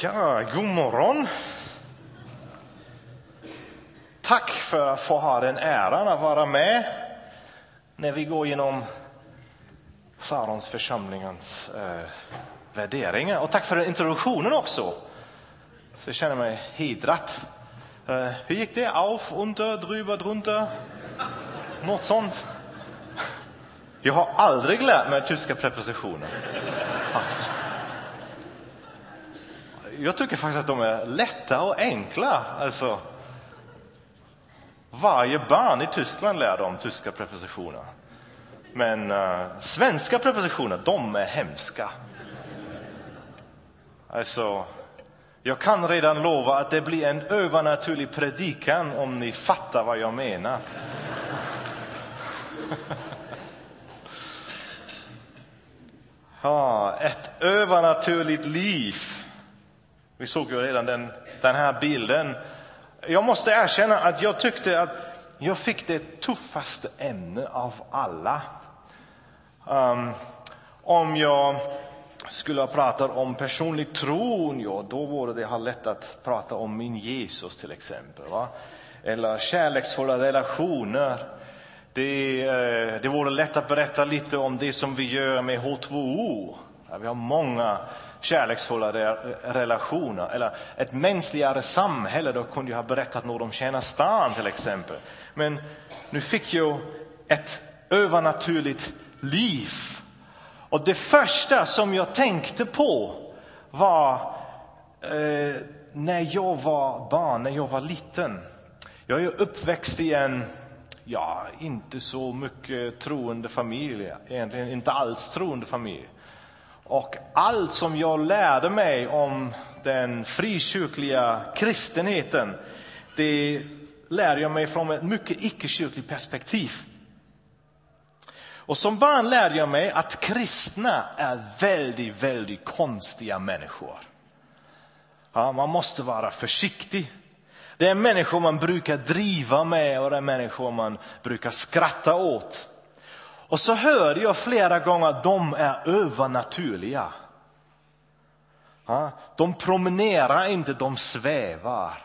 Ja, god morgon. Tack för att få ha den äran att vara med när vi går igenom Sarons församlingens värderingar. Och tack för introduktionen också. Så jag känner mig hedrat. Hur gick det? Auf, unter, drüber, drunter? Något sånt. Jag har aldrig lärt mig tyska prepositioner. Alltså. Jag tycker faktiskt att de är lätta och enkla. Alltså, varje barn i Tyskland lär dem tyska prepositioner. Men svenska prepositioner, de är hemska. Alltså, jag kan redan lova att det blir en övernaturlig predikan om ni fattar vad jag menar. Ja, ett övernaturligt liv. Vi såg ju redan den här bilden. Jag måste erkänna att jag tyckte att jag fick det tuffaste ämne av alla. Om jag skulle ha pratat om personlig tron, ja, då vore det lätt att prata om min Jesus till exempel. Va? Eller kärleksfulla relationer. Det vore lätt att berätta lite om det som vi gör med H2O. Ja, vi har många kärleksfulla relationer. Eller ett mänskligare samhälle, då kunde jag ha berättat något om Tjäna stan till exempel. Men nu fick jag ett övernaturligt liv. Och det första som jag tänkte på var när jag var barn, när jag var liten. Jag är uppväxt i en, inte så mycket troende familj. Egentligen inte alls troende familj. Och allt som jag lärde mig om den frikyrkliga kristenheten, det lärde jag mig från ett mycket icke-kyrkligt perspektiv. Och som barn lärde jag mig att kristna är väldigt, väldigt konstiga människor. Ja, man måste vara försiktig. Det är människor man brukar driva med och det är människor man brukar skratta åt. Och så hörde jag flera gånger att de är övernaturliga. Ja, de promenerar inte, de svävar.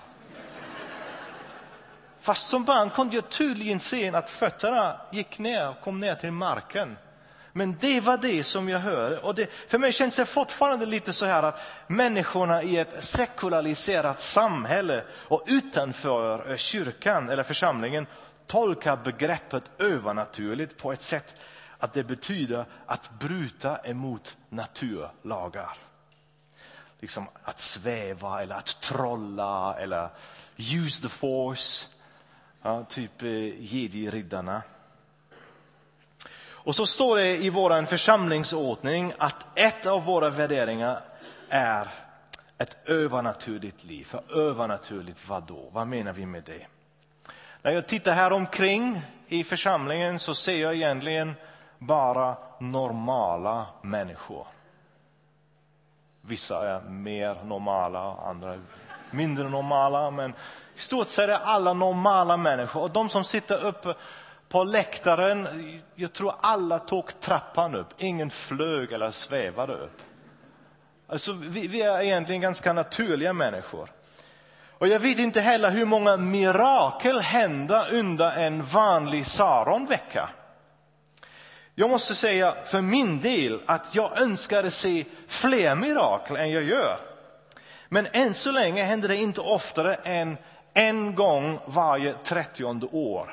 Fast som barn kunde jag tydligen se att fötterna gick ner och kom ner till marken. Men det var det som jag hörde. Och för mig känns det fortfarande lite så här att människorna i ett sekulariserat samhälle och utanför kyrkan eller församlingen tolkar begreppet övernaturligt på ett sätt att det betyder att bryta emot naturlagar. Liksom att sväva eller att trolla eller use the force. Ja, typ Jedi-riddarna. Och så står det i vår församlingsordning att ett av våra värderingar är ett övernaturligt liv. För övernaturligt vad då? Vad menar vi med det? När jag tittar här omkring i församlingen så ser jag egentligen bara normala människor. Vissa är mer normala, andra är mindre normala. Men i stort sett är alla normala människor. Och de som sitter uppe på läktaren, jag tror alla tog trappan upp. Ingen flög eller svävade upp. Alltså vi är egentligen ganska naturliga människor. Och jag vet inte heller hur många mirakel händer under en vanlig Saronvecka. Jag måste säga för min del att jag önskade se fler mirakel än jag gör. Men än så länge händer det inte oftare än en gång varje 30:e år.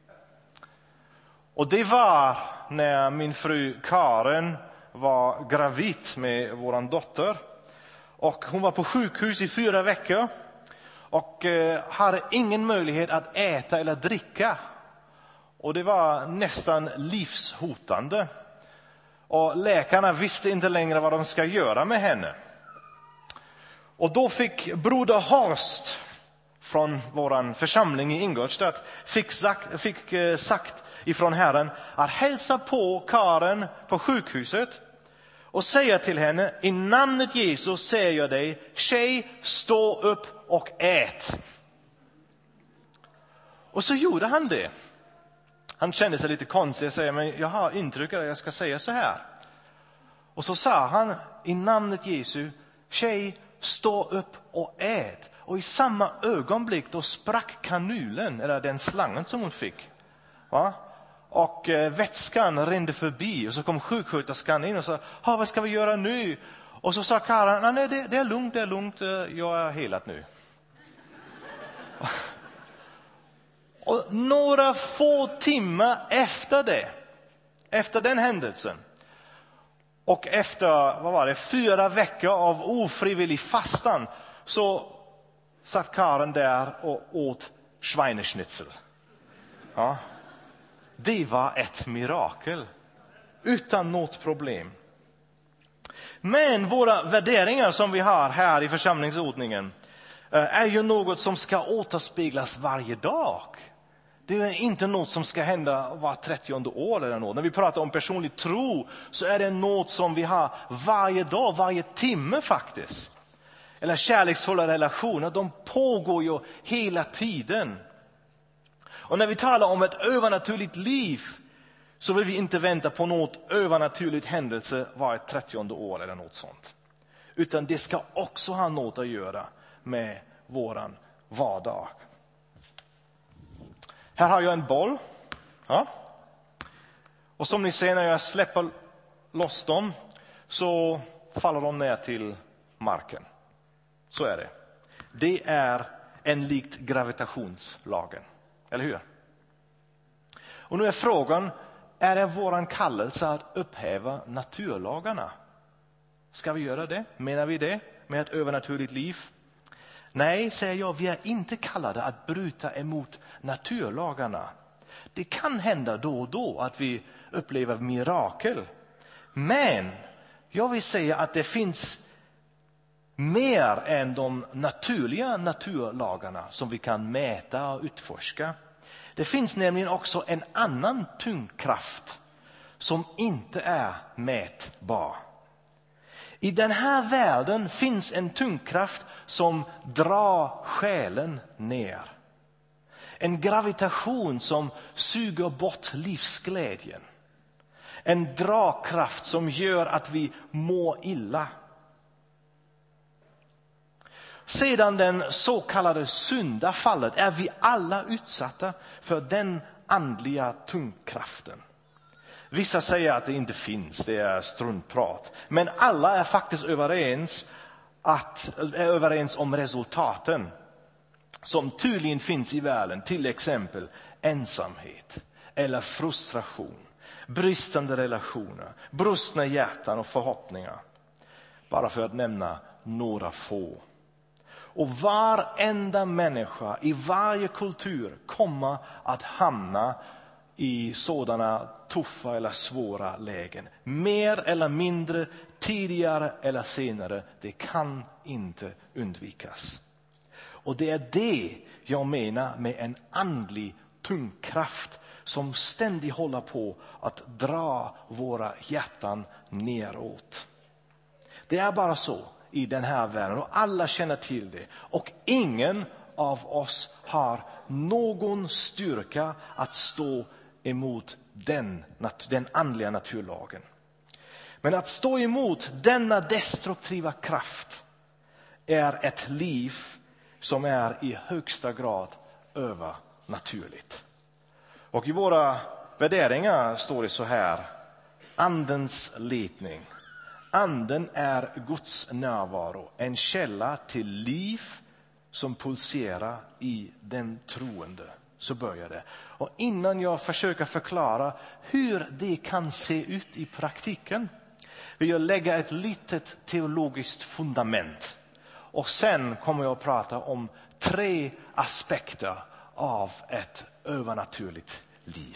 Och det var när min fru Karen var gravid med våran dotter. Och hon var på sjukhus i 4 veckor. Och hade ingen möjlighet att äta eller dricka. Och det var nästan livshotande. Och läkarna visste inte längre vad de ska göra med henne. Och då fick broder Horst från våran församling i Ingolstadt fick sagt ifrån Herren att hälsa på Karen på sjukhuset och säga till henne: i namnet Jesus säger jag dig, tjej, stå upp och ät. Och så gjorde han det. Han kände sig lite konstig och säger, men jag har intrycket att jag ska säga så här. Och så sa han, i namnet Jesu, tjej, stå upp och ät. Och i samma ögonblick då sprack kanulen, eller den slangen som hon fick. Va? Och vätskan rände förbi och så kom sjuksköterskan in och sa, vad ska vi göra nu? Och så sa Karen, nej det är lugnt, jag är helat nu. Och några få timmar efter den händelsen, och efter 4 veckor av ofrivillig fastan, så satt Karen där och åt schweineschnitzel. Ja. Det var ett mirakel. Utan något problem. Men våra värderingar som vi har här i församlingsordningen är ju något som ska återspeglas varje dag. Det är inte något som ska hända var 30:e år eller något. När vi pratar om personlig tro så är det något som vi har varje dag, varje timme faktiskt. Eller kärleksfulla relationer, de pågår ju hela tiden. Och när vi talar om ett övernaturligt liv så vill vi inte vänta på något övernaturligt händelse var 30:e år eller något sånt. Utan det ska också ha något att göra med våran vardag. Här har jag en boll. Ja. Och som ni ser när jag släpper loss dem så faller de ner till marken. Så är det. Det är enligt gravitationslagen. Eller hur? Och nu är frågan, är det våran kallelse att upphäva naturlagarna? Ska vi göra det? Menar vi det med ett övernaturligt liv? Nej, säger jag, vi är inte kallade att bryta emot naturlagarna. Det kan hända då och då att vi upplever mirakel. Men jag vill säga att det finns mer än de naturliga naturlagarna som vi kan mäta och utforska. Det finns nämligen också en annan tyngdkraft som inte är mätbar. I den här världen finns en tyngdkraft som drar själen ner. En gravitation som suger bort livsglädjen. En dragkraft som gör att vi mår illa. Sedan den så kallade syndafallet är vi alla utsatta för den andliga tyngdkraften. Vissa säger att det inte finns, det är struntprat. Men alla är faktiskt överens om resultaten som tydligen finns i världen. Till exempel ensamhet eller frustration, bristande relationer, brustna hjärtan och förhoppningar. Bara för att nämna några få. Och varenda människa i varje kultur kommer att hamna i sådana tuffa eller svåra lägen. Mer eller mindre, tidigare eller senare. Det kan inte undvikas. Och det är det jag menar med en andlig tyngdkraft som ständigt håller på att dra våra hjärtan neråt. Det är bara så i den här världen och alla känner till det. Och ingen av oss har någon styrka att stå emot den andliga naturlagen. Men att stå emot denna destruktiva kraft är ett liv som är i högsta grad övernaturligt. Och i våra värderingar står det så här: andens ledning. Anden är Guds närvaro, en källa till liv som pulserar i den troende. Så börjar det. Och innan jag försöker förklara hur det kan se ut i praktiken vill jag lägga ett litet teologiskt fundament. Och sen kommer jag att prata om 3 aspekter av ett övernaturligt liv.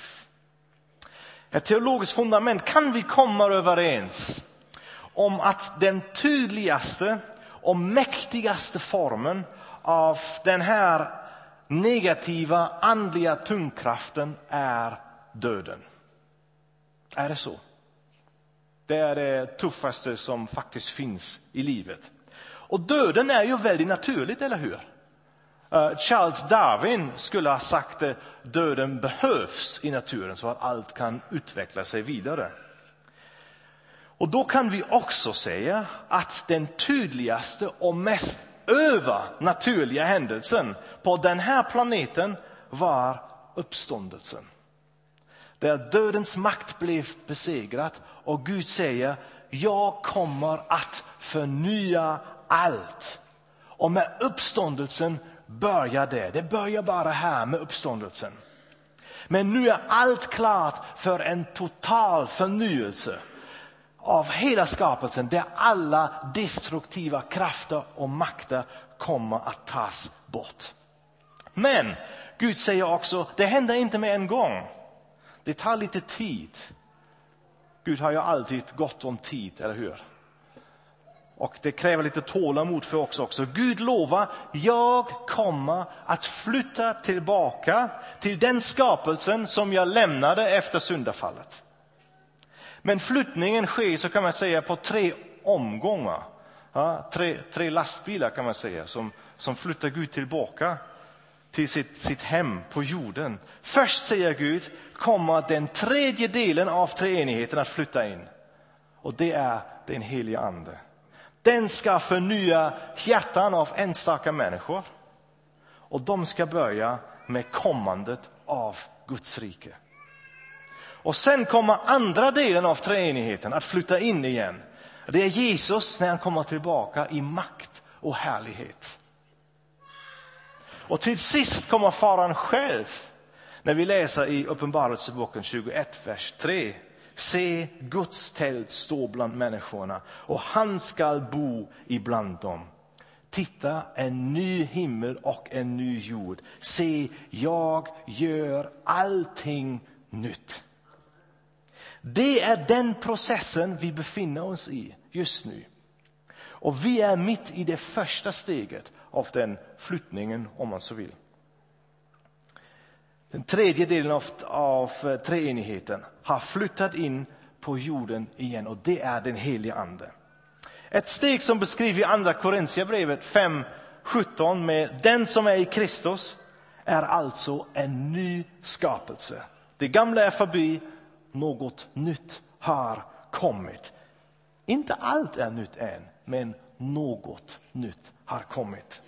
Ett teologiskt fundament kan vi komma överens om att den tydligaste och mäktigaste formen av den här negativa andliga tyngdkraften är döden. Är det så? Det är det tuffaste som faktiskt finns i livet. Och döden är ju väldigt naturligt, eller hur? Charles Darwin skulle ha sagt att döden behövs i naturen så att allt kan utveckla sig vidare. Och då kan vi också säga att den tydligaste och mest övernaturliga händelsen på den här planeten var uppståndelsen. Där dödens makt blev besegrat och Gud säger, jag kommer att förnya allt. Och med uppståndelsen börjar det. Det börjar bara här med uppståndelsen. Men nu är allt klart för en total förnyelse av hela skapelsen, där alla destruktiva krafter och makter kommer att tas bort. Men Gud säger också, det händer inte med en gång. Det tar lite tid. Gud har ju alltid gott om tid, eller hur? Och det kräver lite tålamod för oss också. Gud lovar, jag kommer att flytta tillbaka till den skapelsen som jag lämnade efter syndafallet. Men flyttningen sker, så kan man säga, på 3 omgångar. Ja, tre lastbilar kan man säga, som flyttar Gud tillbaka till sitt hem på jorden. Först, säger Gud, kommer den 3:e delen av treenigheten att flytta in. Och det är den heliga ande. Den ska förnya hjärtan av enstaka människor. Och de ska börja med kommandet av Guds rike. Och sen kommer andra delen av treenigheten att flytta in igen. Det är Jesus när han kommer tillbaka i makt och härlighet. Och till sist kommer Fadern själv, när vi läser i Uppenbarelseboken 21, vers 3. Se, Guds tält står bland människorna och han ska bo ibland dem. Titta, en ny himmel och en ny jord. Se, jag gör allting nytt. Det är den processen vi befinner oss i just nu. Och vi är mitt i det första steget av den flyttningen, om man så vill. Den 3:e delen av treenigheten har flyttat in på jorden igen, och det är den heliga ande. Ett steg som beskrivs i andra Korintierbrevet 5:17 med den som är i Kristus är alltså en ny skapelse. Det gamla är förbi, något nytt har kommit. Inte allt är nytt än, men något nytt har kommit.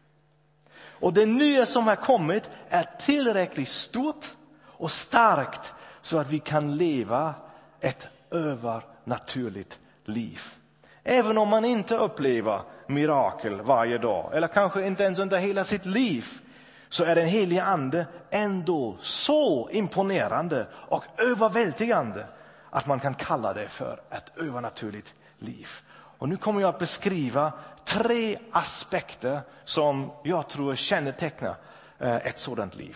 Och det nya som har kommit är tillräckligt stort och starkt så att vi kan leva ett övernaturligt liv. Även om man inte upplever mirakel varje dag, eller kanske inte ens under hela sitt liv, så är den heliga ande ändå så imponerande och överväldigande att man kan kalla det för ett övernaturligt liv. Och nu kommer jag att beskriva 3 aspekter som jag tror kännetecknar ett sådant liv.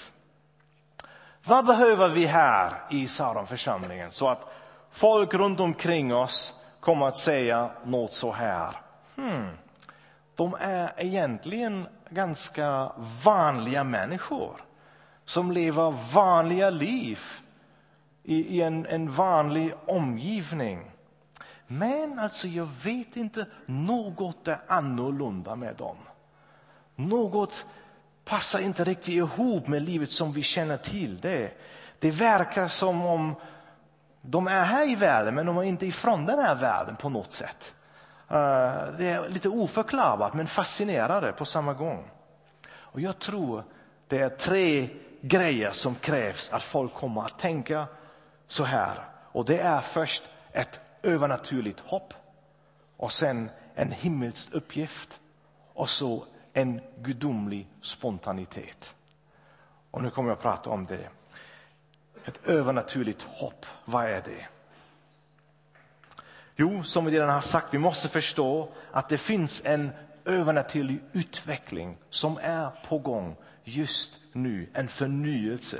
Vad behöver vi här i Saronförsamlingen så att folk runt omkring oss kommer att säga något så här? De är egentligen ganska vanliga människor som lever vanliga liv i en vanlig omgivning. Men alltså jag vet inte, något är annorlunda med dem. Något passar inte riktigt ihop med livet som vi känner till det. Det verkar som om de är här i världen, men de är inte ifrån den här världen på något sätt. Det är lite oförklarat men fascinerande på samma gång. Och jag tror det är 3 grejer som krävs att folk kommer att tänka så här. Och det är först ett övernaturligt hopp, och sen en himmelsk uppgift, och så en gudomlig spontanitet. Och nu kommer jag att prata om det. Ett övernaturligt hopp, vad är det? Jo, som vi redan har sagt, vi måste förstå att det finns en övernaturlig utveckling som är på gång just nu, en förnyelse.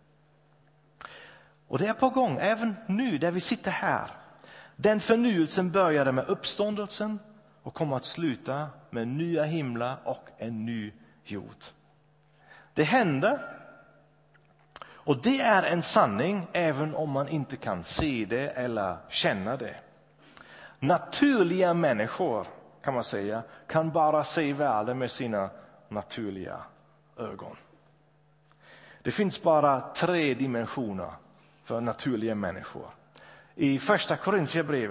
Och det är på gång även nu där vi sitter här. Den förnyelsen började med uppståndelsen och kommer att sluta med nya himlar och en ny jord. Det händer, och det är en sanning även om man inte kan se det eller känna det. Naturliga människor, kan man säga, kan bara se världen med sina naturliga ögon. Det finns bara 3 dimensioner för naturliga människor. I första Korintierbrevet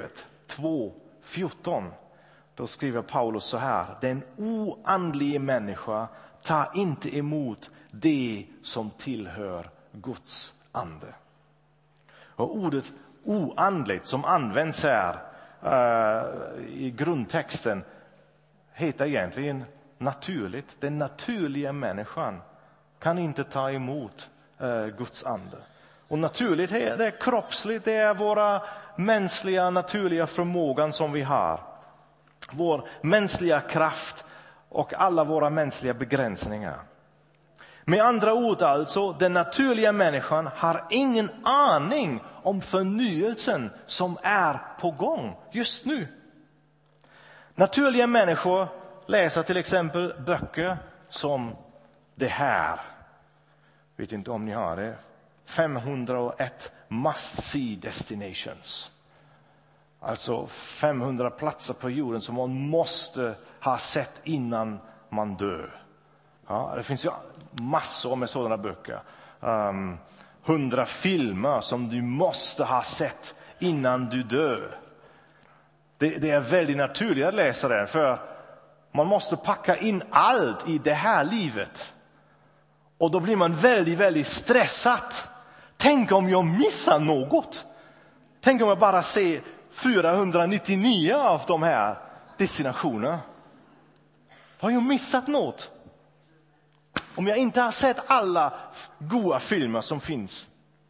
2:14. Då skriver Paulus så här: den oandlige människa tar inte emot det som tillhör Guds ande. Och ordet oandligt som används här i grundtexten heter egentligen naturligt. Den naturliga människan kan inte ta emot Guds ande. Och naturligt, det är kroppsligt, det är våra mänskliga naturliga förmågan som vi har. Vår mänskliga kraft och alla våra mänskliga begränsningar. Med andra ord alltså, den naturliga människan har ingen aning om förnyelsen som är på gång just nu. Naturliga människor läser till exempel böcker som det här. Vet inte om ni har det. 501 must-see destinations. Alltså 500 platser på jorden som man måste ha sett innan man dör. Ja, det finns ju massor med sådana böcker. 100 filmer som du måste ha sett innan du dör. Det är väldigt naturligt att läsa det, för man måste packa in allt i det här livet. Och då blir man väldigt, väldigt stressad. Tänk om jag missar något. Tänk om jag bara ser 499 av de här destinationerna. Har jag missat något? Om jag inte har sett alla goda filmer som finns.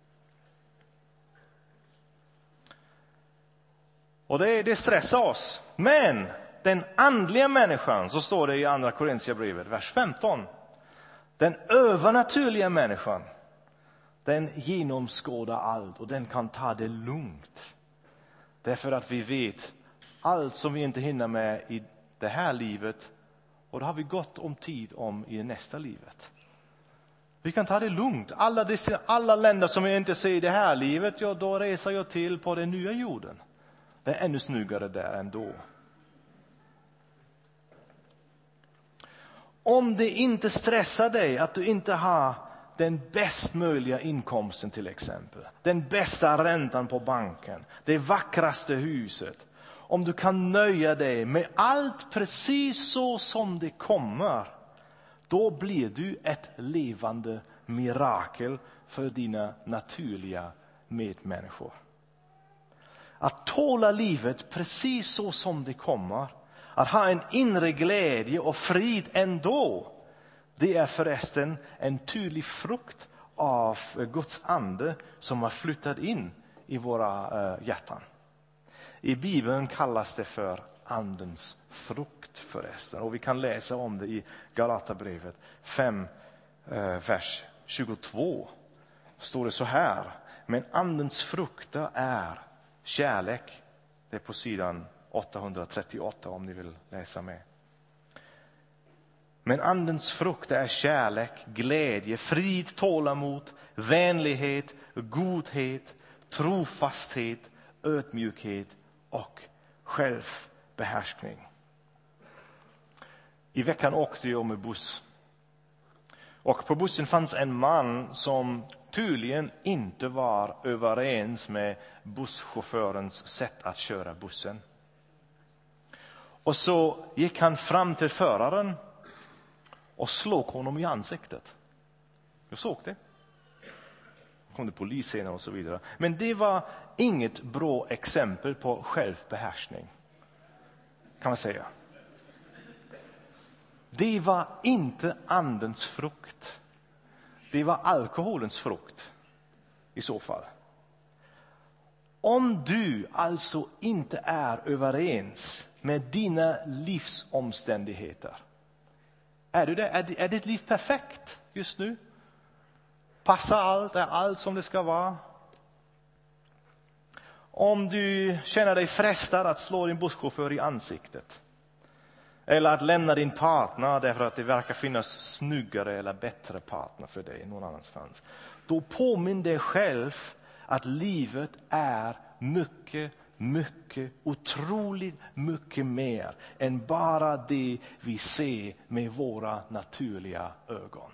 Och det stressar oss. Men den andliga människan, så står det i andra Korintierbrevet, vers 15. Den övernaturliga människan, den genomskådar allt och den kan ta det lugnt. Därför att vi vet allt som vi inte hinner med i det här livet, och då har vi gott om tid om i nästa livet. Vi kan ta det lugnt. Alla länder som vi inte ser i det här livet, ja, då reser jag till på den nya jorden. Det är ännu snyggare där ändå. Om det inte stressar dig att du inte har den bäst möjliga inkomsten till exempel, den bästa räntan på banken, det vackraste huset, om du kan nöja dig med allt precis så som det kommer, då blir du ett levande mirakel för dina naturliga medmänniskor. Att tåla livet precis så som det kommer, att ha en inre glädje och frid ändå, det är förresten en tydlig frukt av Guds ande som har flyttat in i våra hjärtan. I Bibeln kallas det för andens frukt förresten. Och vi kan läsa om det i Galaterbrevet 5, vers 22. Står det så här: men andens frukter är kärlek. Det är på sidan 838 om ni vill läsa med. Men andens frukt är kärlek, glädje, frid, tålamod, vänlighet, godhet, trofasthet, ödmjukhet och självbehärskning. I veckan åkte jag med buss. Och på bussen fanns en man som tydligen inte var överens med busschaufförens sätt att köra bussen. Och så gick han fram till föraren och slog honom i ansiktet. Jag såg det. Kom det polisen och så vidare. Men det var inget bra exempel på självbehärskning, kan man säga. Det var inte andens frukt. Det var alkoholens frukt i så fall. Om du alltså inte är överens med dina livsomständigheter, är du det? Är ditt liv perfekt just nu? Passar allt? Är allt som det ska vara? Om du känner dig frestad att slå din busschaufför i ansiktet, eller att lämna din partner därför att det verkar finnas snyggare eller bättre partner för dig någon annanstans, då påminn dig själv att livet är mycket, otroligt mycket mer än bara det vi ser med våra naturliga ögon.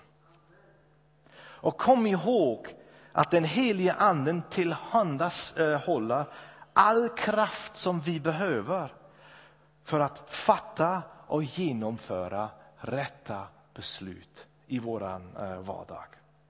Och kom ihåg att den heliga anden tillhandahåller all kraft som vi behöver för att fatta och genomföra rätta beslut i våran vardag.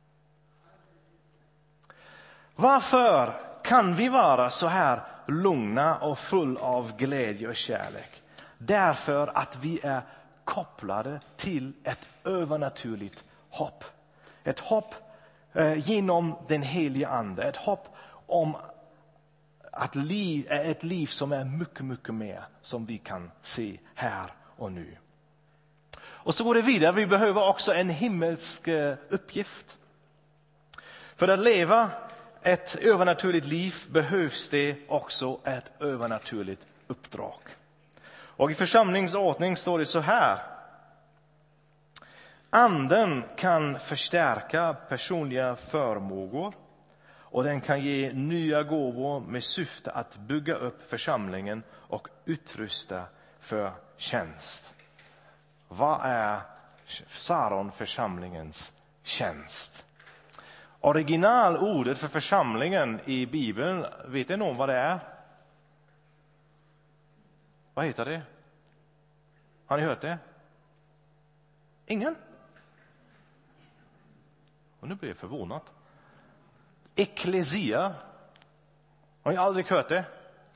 Varför kan vi vara så här lugna och full av glädje och kärlek? Därför att vi är kopplade till ett övernaturligt hopp. Ett hopp genom den heliga ande. Ett hopp om att ett liv som är mycket, mycket mer som vi kan se här och nu. Och så går det vidare. Vi behöver också en himmelsk uppgift. För att leva ett övernaturligt liv behövs det också ett övernaturligt uppdrag. Och i församlingsordning står det så här. Anden kan förstärka personliga förmågor och den kan ge nya gåvor med syfte att bygga upp församlingen och utrusta för tjänst. Vad är Saron-församlingens tjänst? Originalordet för församlingen i Bibeln, vet ni någon vad det är? Vad heter det? Har ni hört det? Ingen? Och nu blir jag förvånad. Ekklesia. Har ni aldrig hört det?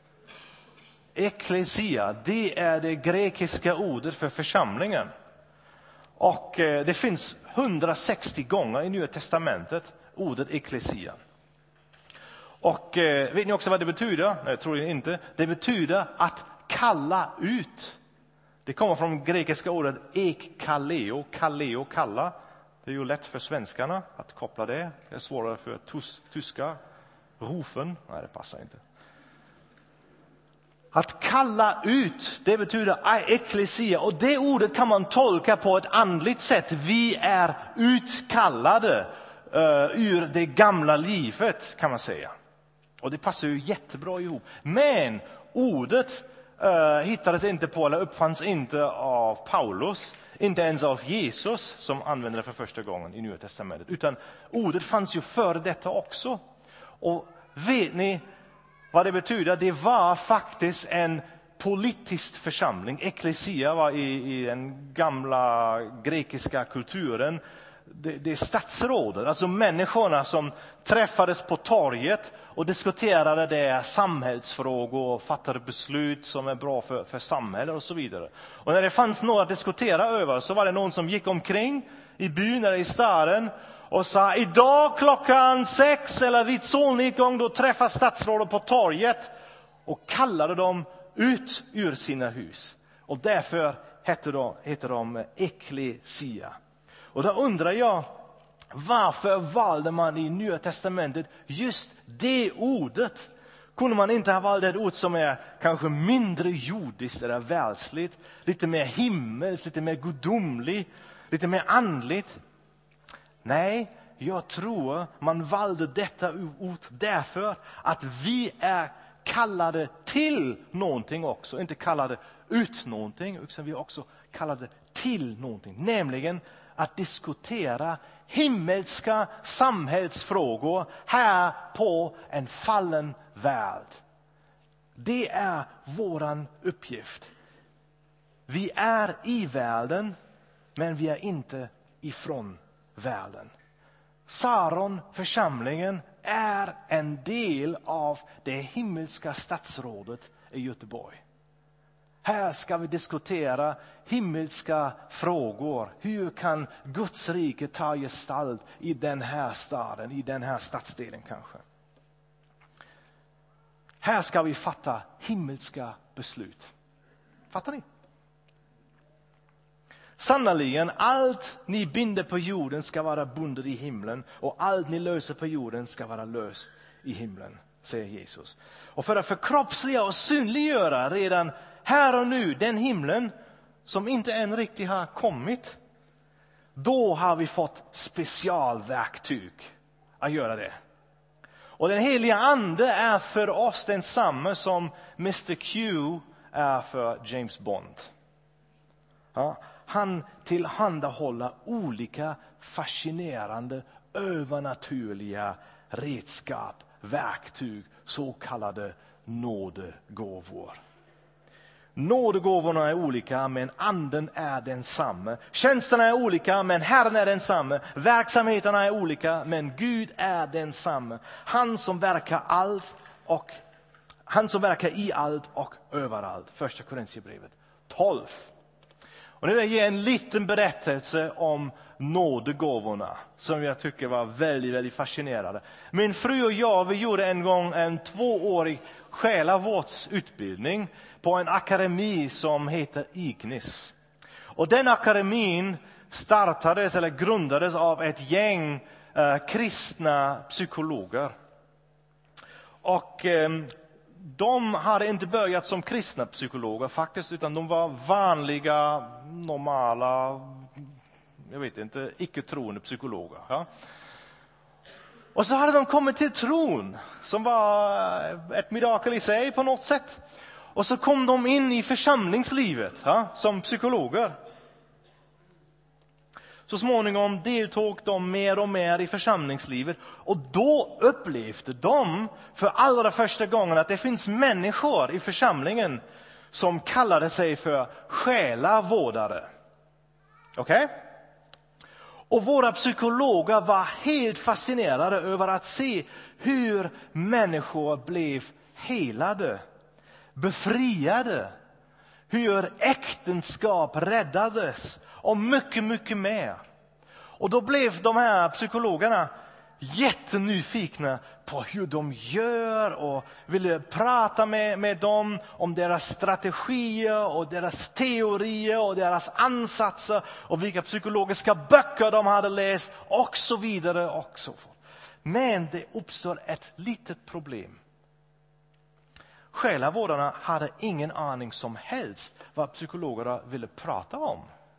Ekklesia, det är det grekiska ordet för församlingen. Och det finns 160 gånger i Nya testamentet ordet ekklesia. Och vet ni också vad det betyder? Nej, tror jag inte. Det betyder att kalla ut. Det kommer från grekiska ordet ekkaleo, kaleo, kalla. Det är ju lätt för svenskarna att koppla det. Det är svårare för tyskar. Rofen, nej det passar inte. Att kalla ut, det betyder ekklesia. Och det ordet kan man tolka på ett andligt sätt. Vi är utkallade ur det gamla livet, kan man säga. Och det passar ju jättebra ihop. Men ordet hittades inte på eller uppfanns inte av Paulus. Inte ens av Jesus som använde det för första gången i Nya testamentet. Utan ordet fanns ju före detta också. Och vet ni vad det betyder? Det var faktiskt en politisk församling. Ekklesia var i den gamla grekiska kulturen. Det är statsrådet, alltså människorna som träffades på torget och diskuterade det samhällsfrågor och fattade beslut som är bra för samhället och så vidare. Och när det fanns något att diskutera över så var det någon som gick omkring i byn eller i staden och sa idag klockan 6 eller vid solnedgång då träffar statsrådet på torget och kallade dem ut ur sina hus. Och därför heter de ekklesia. Och då undrar jag, varför valde man i Nya testamentet just det ordet? Kunde man inte ha valt ett ord som är kanske mindre jordiskt eller världsligt, lite mer himmelskt, lite mer gudomligt, lite mer andligt? Nej, jag tror man valde detta ord därför att vi är kallade till någonting också. Inte kallade ut någonting, utan vi är också kallade till någonting. Nämligen att diskutera himmelska samhällsfrågor här på en fallen värld. Det är våran uppgift. Vi är i världen, men vi är inte ifrån världen. Saron, församlingen, är en del av det himmelska statsrådet i Göteborg. Här ska vi diskutera himmelska frågor. Hur kan Guds rike ta gestalt i den här staden, i den här stadsdelen kanske? Här ska vi fatta himmelska beslut. Fattar ni? Sannoliken, allt ni binder på jorden ska vara bundet i himlen och allt ni löser på jorden ska vara löst i himlen, säger Jesus. Och för att förkroppsliga och synliggöra redan här och nu den himlen som inte än riktigt har kommit, då har vi fått specialverktyg att göra det. Och den heliga ande är för oss densamma som Mr. Q är för James Bond. Ja, han tillhandahåller olika fascinerande, övernaturliga redskap, verktyg, så kallade nådegåvor. Nådegåvorna är olika, men anden är densamma. Tjänsterna är olika, men Herren är densamma. Verksamheterna är olika, men Gud är densamma. Han som verkar i allt och överallt. Första Korinthierbrevet 12. Och det ger en liten berättelse om nådegåvorna som jag tycker var väldigt, väldigt fascinerande. Min fru och jag, vi gjorde en gång en 2-årig själavårdsutbildning på en akademi som heter Ignis. Och den akademin startades eller grundades av ett gäng kristna psykologer. Och de hade inte börjat som kristna psykologer faktiskt, utan de var vanliga, normala, jag vet inte, icke-troende psykologer. Ja? Och så hade de kommit till tron, som var ett mirakel i sig på något sätt. Och så kom de in i församlingslivet som psykologer. Så småningom deltog de mer och mer i församlingslivet. Och då upplevde de för allra första gången att det finns människor i församlingen som kallade sig för själavårdare. Okej? Och våra psykologer var helt fascinerade över att se hur människor blev helade, befriade, hur äktenskap räddades och mycket, mycket mer. Och då blev de här psykologerna jättenyfikna på hur de gör och ville prata med dem om deras strategier och deras teorier och deras ansatser och vilka psykologiska böcker de hade läst och så vidare och så fort. Men det uppstår ett litet problem. Själavårdarna hade ingen aning som helst vad psykologerna ville prata om.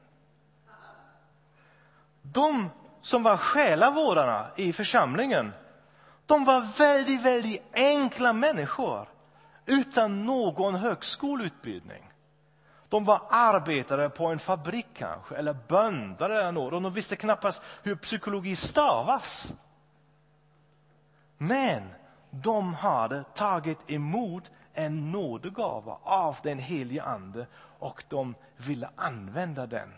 De som var själavårdarna i församlingen, de var väldigt, väldigt enkla människor utan någon högskoleutbildning. De var arbetare på en fabrik kanske, eller bönder eller något. Och de visste knappast hur psykologi stavas. Men de hade tagit emot en nådegåva av den helige ande och de ville använda den.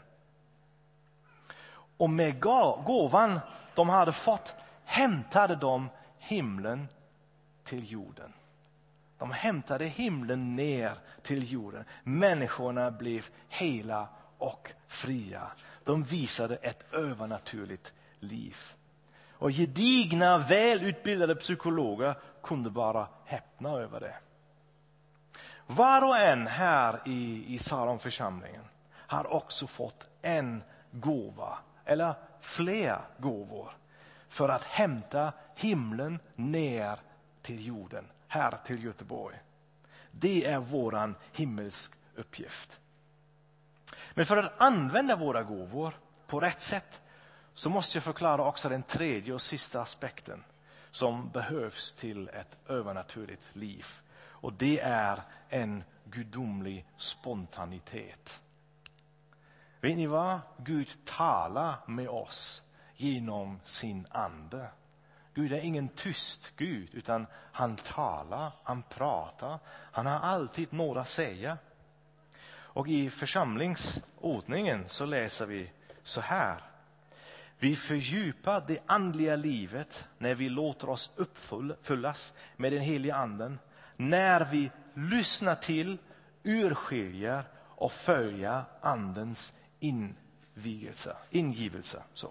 Och med gåvan de hade fått hämtade de himlen till jorden. De hämtade himlen ner till jorden. Människorna blev hela och fria. De visade ett övernaturligt liv. Och gedigna, välutbildade psykologer kunde bara häpna över det. Var och en här i Salomförsamlingen har också fått en gåva eller fler gåvor för att hämta himlen ner till jorden, här till Göteborg. Det är våran himmelsk uppgift. Men för att använda våra gåvor på rätt sätt så måste jag förklara också den tredje och sista aspekten som behövs till ett övernaturligt liv. Och det är en gudomlig spontanitet. Vet ni vad? Gud talar med oss genom sin ande. Gud är ingen tyst Gud, utan han talar, han pratar. Han har alltid något att säga. Och i församlingsordningen så läser vi så här. Vi fördjupar det andliga livet när vi låter oss uppfyllas med den heliga anden. När vi lyssnar till, urskiljer och följer andens ingivelse. Så.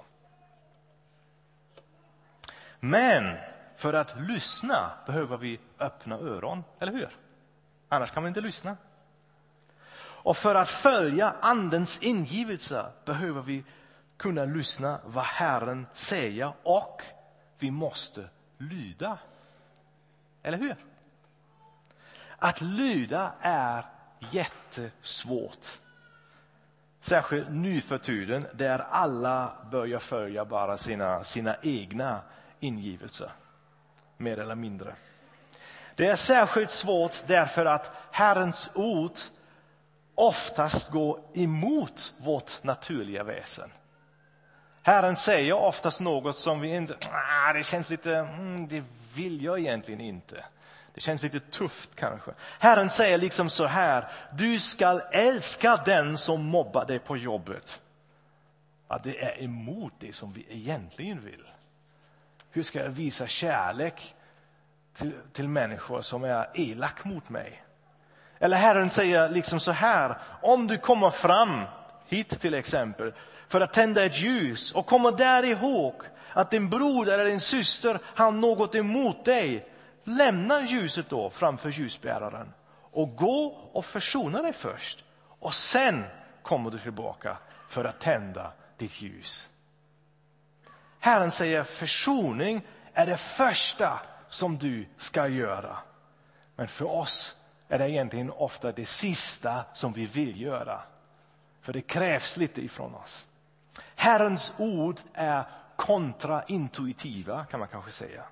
Men för att lyssna behöver vi öppna öron, eller hur? Annars kan man inte lyssna. Och för att följa andens ingivelse behöver vi kunna lyssna vad Herren säger och vi måste lyda. Eller hur? Att lyda är jättesvårt. Särskilt nu för tiden där alla börjar följa bara sina egna ingivelser. Mer eller mindre. Det är särskilt svårt därför att Herrens ord oftast går emot vårt naturliga väsen. Herren säger oftast något som vi inte, det känns lite, det vill jag egentligen inte. Det känns lite tufft kanske. Herren säger liksom så här: du ska älska den som mobbar dig på jobbet. Ja, det är emot det som vi egentligen vill. Hur ska jag visa kärlek till människor som är elak mot mig? Eller Herren säger liksom så här: om du kommer fram hit till exempel för att tända ett ljus och kommer där ihåg att din bror eller din syster har något emot dig, lämna ljuset då framför ljusbäraren och gå och försona dig först. Och sen kommer du tillbaka för att tända ditt ljus. Herren säger försoning är det första som du ska göra. Men för oss är det egentligen ofta det sista som vi vill göra. För det krävs lite ifrån oss. Herrens ord är kontraintuitiva, kan man kanske säga.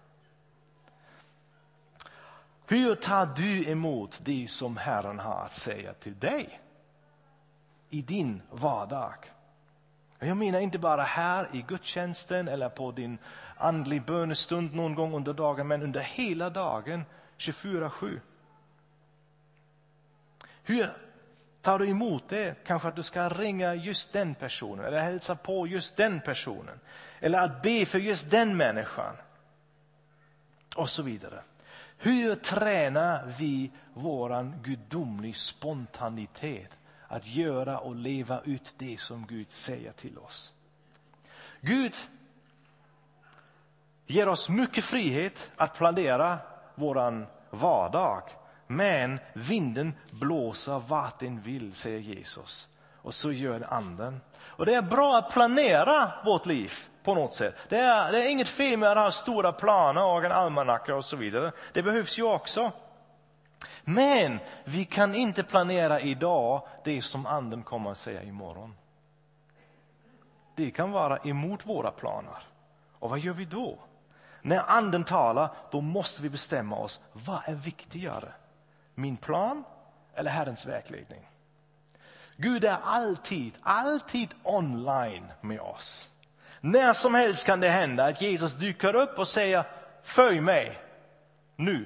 Hur tar du emot det som Herren har att säga till dig i din vardag? Jag menar inte bara här i gudstjänsten eller på din andlig bönestund någon gång under dagen, men under hela dagen, 24/7. Hur tar du emot det? Kanske att du ska ringa just den personen eller hälsa på just den personen. Eller att be för just den människan. Och så vidare. Hur tränar vi våran gudomlig spontanitet att göra och leva ut det som Gud säger till oss? Gud ger oss mycket frihet att planera våran vardag. Men vinden blåser vart den vill, säger Jesus. Och så gör anden. Och det är bra att planera vårt liv på något sätt. Det är inget fel med att ha stora planer och en almanacka och så vidare. Det behövs ju också. Men vi kan inte planera idag det som anden kommer att säga imorgon. Det kan vara emot våra planer. Och vad gör vi då? När anden talar, då måste vi bestämma oss. Vad är viktigare? Min plan eller Herrens vägledning? Gud är alltid online med oss. När som helst kan det hända att Jesus dyker upp och säger: följ mig nu.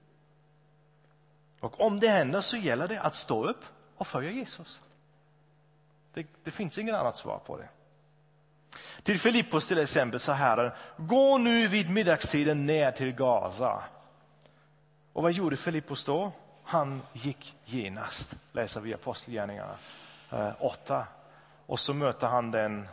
Och om det händer så gäller det att stå upp och följa Jesus. Det finns ingen annat svar på det. Till Filippos till exempel sa Herren: gå nu vid middagstiden ner till Gaza. Och vad gjorde Filippos då? Han gick genast, läser vi Apostlagärningarna 8. Och så möter han den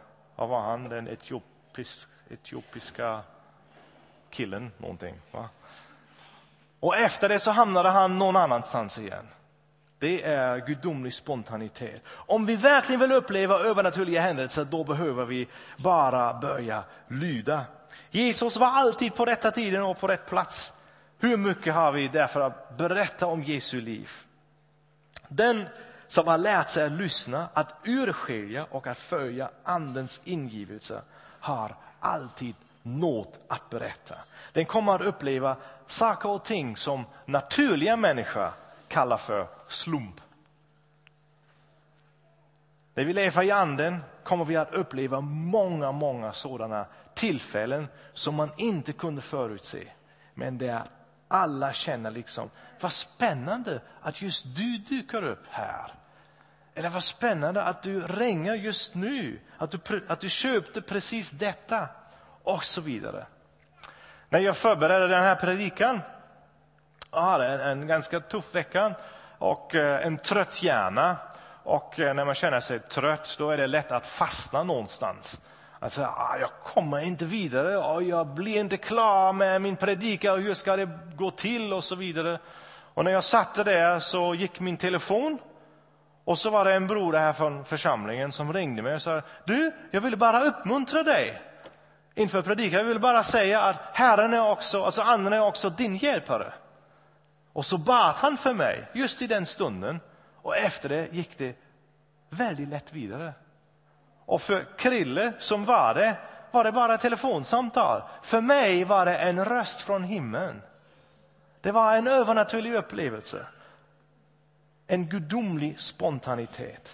etiopiska killen någonting. Va? Och efter det så hamnade han någon annanstans igen. Det är gudomlig spontanitet. Om vi verkligen vill uppleva övernaturliga händelser, då behöver vi bara börja lyda. Jesus var alltid på rätta tiden och på rätt plats. Hur mycket har vi därför att berätta om Jesu liv? Den som har lärt sig att lyssna, att urskilja och att följa andens ingivelse har alltid något att berätta. Den kommer att uppleva saker och ting som naturliga människor kallar för slump. När vi lever i anden kommer vi att uppleva många sådana tillfällen som man inte kunde förutse. Men där alla känner liksom: vad spännande att just du dyker upp här. Eller vad spännande att du ringer just nu. Att du köpte precis detta. Och så vidare. När jag förberedde den här predikan, jag hade en ganska tuff vecka och en trött hjärna. Och när man känner sig trött, då är det lätt att fastna någonstans. Alltså, jag kommer inte vidare och jag blir inte klar med min predikan och hur ska det gå till och så vidare. Och när jag satt där så gick min telefon och så var det en bror här från församlingen som ringde mig och sa: du, jag vill bara uppmuntra dig inför predikan. Jag vill bara säga att Herren är också, alltså anden är också din hjälpare. Och så bad han för mig just i den stunden, och efter det gick det väldigt lätt vidare. Och för Krille som var det bara ett telefonsamtal. För mig var det en röst från himlen. Det var en övernaturlig upplevelse. En gudomlig spontanitet.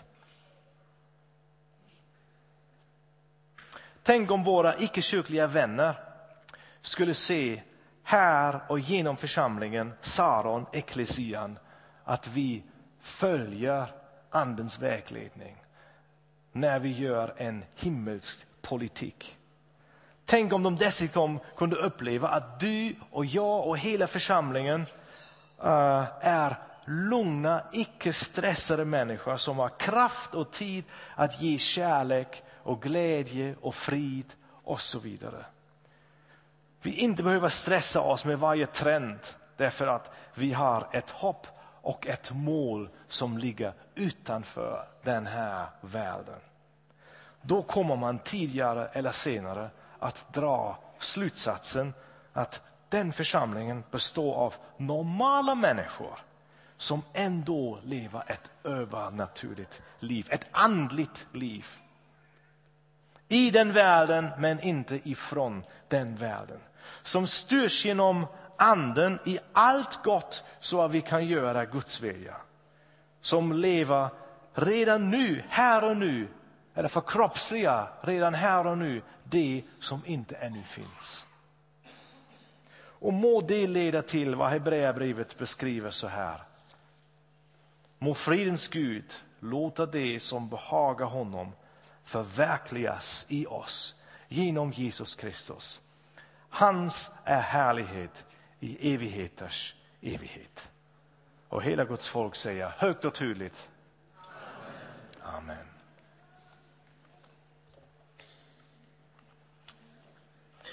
Tänk om våra icke-kyrkliga vänner skulle se här och genom församlingen, Saron, eklesian, att vi följer andens vägledning när vi gör en himmelsk politik. Tänk om de dessutom kunde uppleva att du och jag och hela församlingen är lugna, icke stressade människor som har kraft och tid att ge kärlek och glädje och frid och så vidare. Vi inte behöver stressa oss med varje trend därför att vi har ett hopp och ett mål som ligger utanför den här världen. Då kommer man tidigare eller senare att dra slutsatsen att den församlingen består av normala människor som ändå lever ett övernaturligt liv, ett andligt liv. I den världen men inte ifrån den världen. Som styrs genom anden i allt gott så att vi kan göra Guds vilja. Som lever redan nu, här och nu, eller förkroppsliga redan här och nu det som inte ännu finns. Och må det leda till vad Hebreerbrevet beskriver så här. Må fridens Gud låta det som behagar honom förverkligas i oss genom Jesus Kristus. Hans är härlighet i evigheters evighet. Och hela Guds folk säger högt och tydligt. Amen. Amen.